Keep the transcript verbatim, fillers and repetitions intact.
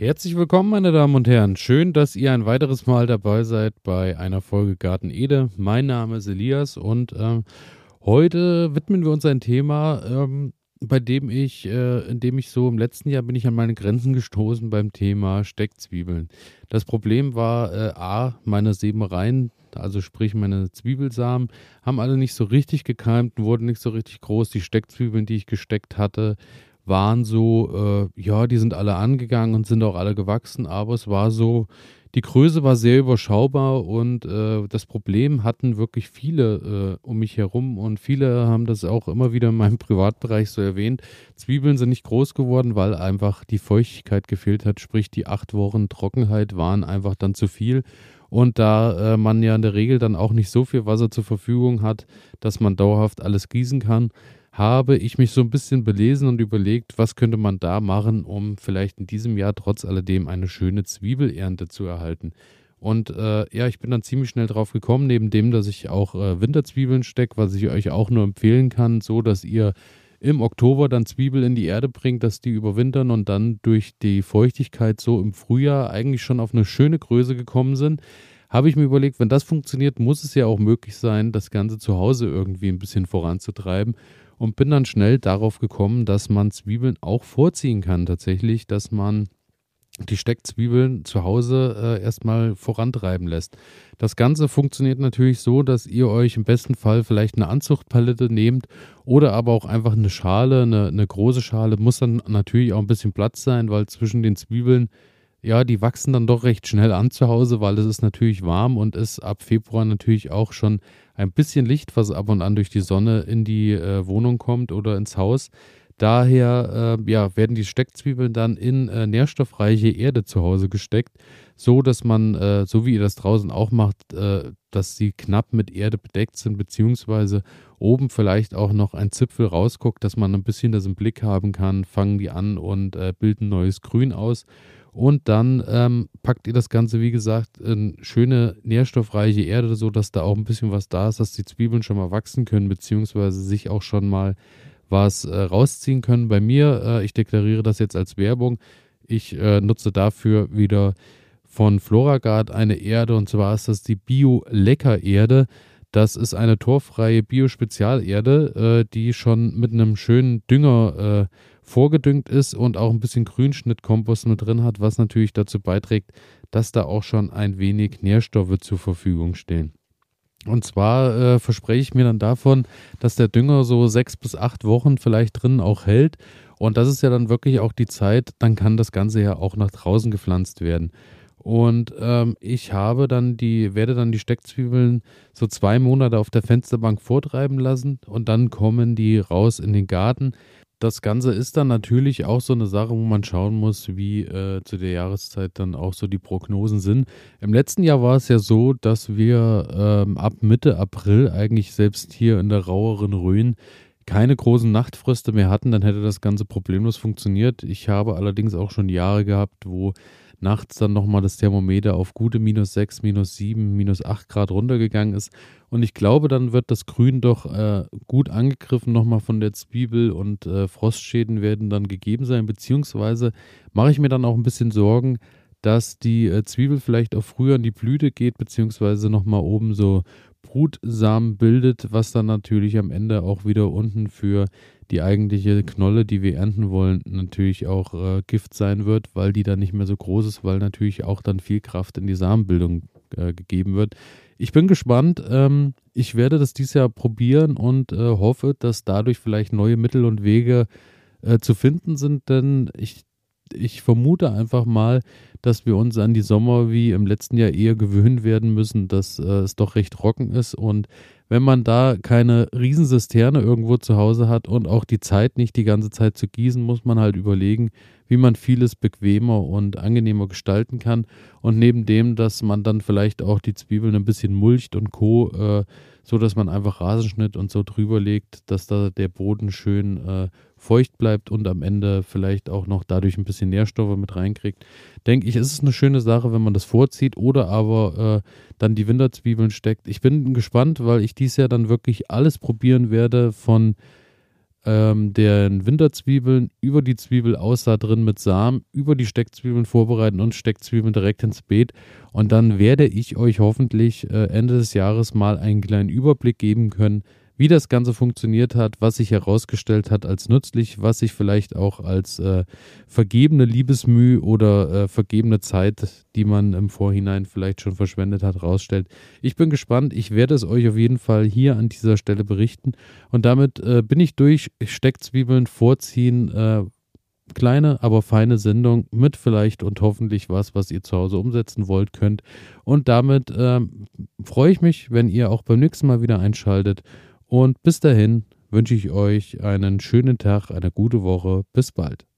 Herzlich willkommen, meine Damen und Herren. Schön, dass ihr ein weiteres Mal dabei seid bei einer Folge Garten Ede. Mein Name ist Elias und ähm, heute widmen wir uns ein Thema, ähm, bei dem ich, äh, in dem ich so im letzten Jahr bin ich an meine Grenzen gestoßen beim Thema Steckzwiebeln. Das Problem war äh, A, meine Sämereien, also sprich meine Zwiebelsamen, haben alle nicht so richtig gekeimt, wurden nicht so richtig groß. Die Steckzwiebeln, die ich gesteckt hatte, waren so, äh, ja, die sind alle angegangen und sind auch alle gewachsen, aber es war so, die Größe war sehr überschaubar und äh, das Problem hatten wirklich viele äh, um mich herum und viele haben das auch immer wieder in meinem Privatbereich so erwähnt. Zwiebeln sind nicht groß geworden, weil einfach die Feuchtigkeit gefehlt hat, sprich die acht Wochen Trockenheit waren einfach dann zu viel. Und da äh, man ja in der Regel dann auch nicht so viel Wasser zur Verfügung hat, dass man dauerhaft alles gießen kann, habe ich mich so ein bisschen belesen und überlegt, was könnte man da machen, um vielleicht in diesem Jahr trotz alledem eine schöne Zwiebelernte zu erhalten. Und äh, ja, ich bin dann ziemlich schnell drauf gekommen, neben dem, dass ich auch äh, Winterzwiebeln stecke, was ich euch auch nur empfehlen kann, so dass ihr im Oktober dann Zwiebel in die Erde bringt, dass die überwintern und dann durch die Feuchtigkeit so im Frühjahr eigentlich schon auf eine schöne Größe gekommen sind. Habe ich mir überlegt, wenn das funktioniert, muss es ja auch möglich sein, das Ganze zu Hause irgendwie ein bisschen voranzutreiben. Und bin dann schnell darauf gekommen, dass man Zwiebeln auch vorziehen kann tatsächlich, dass man die Steckzwiebeln zu Hause äh, erstmal vorantreiben lässt. Das Ganze funktioniert natürlich so, dass ihr euch im besten Fall vielleicht eine Anzuchtpalette nehmt oder aber auch einfach eine Schale, eine, eine große Schale. Muss dann natürlich auch ein bisschen Platz sein, weil zwischen den Zwiebeln, ja, die wachsen dann doch recht schnell an zu Hause, weil es ist natürlich warm und ist ab Februar natürlich auch schon ein bisschen Licht, was ab und an durch die Sonne in die äh, Wohnung kommt oder ins Haus. Daher äh, ja, werden die Steckzwiebeln dann in äh, nährstoffreiche Erde zu Hause gesteckt, so dass man, äh, so wie ihr das draußen auch macht, äh, dass sie knapp mit Erde bedeckt sind, beziehungsweise oben vielleicht auch noch ein Zipfel rausguckt, dass man ein bisschen das im Blick haben kann, fangen die an und äh, bilden neues Grün aus. Und dann ähm, packt ihr das Ganze, wie gesagt, in schöne nährstoffreiche Erde, sodass da auch ein bisschen was da ist, dass die Zwiebeln schon mal wachsen können, beziehungsweise sich auch schon mal was äh, rausziehen können. Bei mir, äh, ich deklariere das jetzt als Werbung, ich äh, nutze dafür wieder von Floragard eine Erde, und zwar ist das die Bio-Lecker-Erde. Das ist eine torfreie Bio-Spezialerde, äh, die schon mit einem schönen Dünger äh, vorgedüngt ist und auch ein bisschen Grünschnittkompost mit drin hat, was natürlich dazu beiträgt, dass da auch schon ein wenig Nährstoffe zur Verfügung stehen. Und zwar äh, verspreche ich mir dann davon, dass der Dünger so sechs bis acht Wochen vielleicht drin auch hält. Und das ist ja dann wirklich auch die Zeit, dann kann das Ganze ja auch nach draußen gepflanzt werden. Und ähm, ich habe dann die, werde dann die Steckzwiebeln so zwei Monate auf der Fensterbank vortreiben lassen und dann kommen die raus in den Garten. Das Ganze ist dann natürlich auch so eine Sache, wo man schauen muss, wie äh, zu der Jahreszeit dann auch so die Prognosen sind. Im letzten Jahr war es ja so, dass wir ähm, ab Mitte April eigentlich selbst hier in der raueren Rhön keine großen Nachtfröste mehr hatten. Dann hätte das Ganze problemlos funktioniert. Ich habe allerdings auch schon Jahre gehabt, wo nachts dann nochmal das Thermometer auf gute minus sechs, minus sieben, minus acht Grad runtergegangen ist. Und ich glaube, dann wird das Grün doch äh, gut angegriffen nochmal von der Zwiebel und äh, Frostschäden werden dann gegeben sein. Beziehungsweise mache ich mir dann auch ein bisschen Sorgen, dass die äh, Zwiebel vielleicht auch früher in die Blüte geht, beziehungsweise nochmal oben so Brutsamen bildet, was dann natürlich am Ende auch wieder unten für die eigentliche Knolle, die wir ernten wollen, natürlich auch äh, Gift sein wird, weil die dann nicht mehr so groß ist, weil natürlich auch dann viel Kraft in die Samenbildung äh, gegeben wird. Ich bin gespannt. Ähm, ich werde das dieses Jahr probieren und äh, hoffe, dass dadurch vielleicht neue Mittel und Wege äh, zu finden sind, denn ich Ich vermute einfach mal, dass wir uns an die Sommer wie im letzten Jahr eher gewöhnen werden müssen, dass äh, es doch recht trocken ist. Und wenn man da keine Riesensisterne irgendwo zu Hause hat und auch die Zeit nicht die ganze Zeit zu gießen, muss man halt überlegen, wie man vieles bequemer und angenehmer gestalten kann. Und neben dem, dass man dann vielleicht auch die Zwiebeln ein bisschen mulcht und Co., äh, so dass man einfach Rasenschnitt und so drüber legt, dass da der Boden schön äh, feucht bleibt und am Ende vielleicht auch noch dadurch ein bisschen Nährstoffe mit reinkriegt. Denke ich, ist es eine schöne Sache, wenn man das vorzieht oder aber äh, dann die Winterzwiebeln steckt. Ich bin gespannt, weil ich dieses Jahr dann wirklich alles probieren werde, von ähm, den Winterzwiebeln über die Zwiebelaussaat drin mit Samen, über die Steckzwiebeln vorbereiten und Steckzwiebeln direkt ins Beet. Und dann werde ich euch hoffentlich äh, Ende des Jahres mal einen kleinen Überblick geben können, wie das Ganze funktioniert hat, was sich herausgestellt hat als nützlich, was sich vielleicht auch als äh, vergebene Liebesmüh oder äh, vergebene Zeit, die man im Vorhinein vielleicht schon verschwendet hat, herausstellt. Ich bin gespannt, ich werde es euch auf jeden Fall hier an dieser Stelle berichten. Und damit äh, bin ich durch. Steckzwiebeln vorziehen, äh, kleine, aber feine Sendung mit vielleicht und hoffentlich was, was ihr zu Hause umsetzen wollt, könnt. Und damit ähm, freue ich mich, wenn ihr auch beim nächsten Mal wieder einschaltet. Und bis dahin wünsche ich euch einen schönen Tag, eine gute Woche. Bis bald.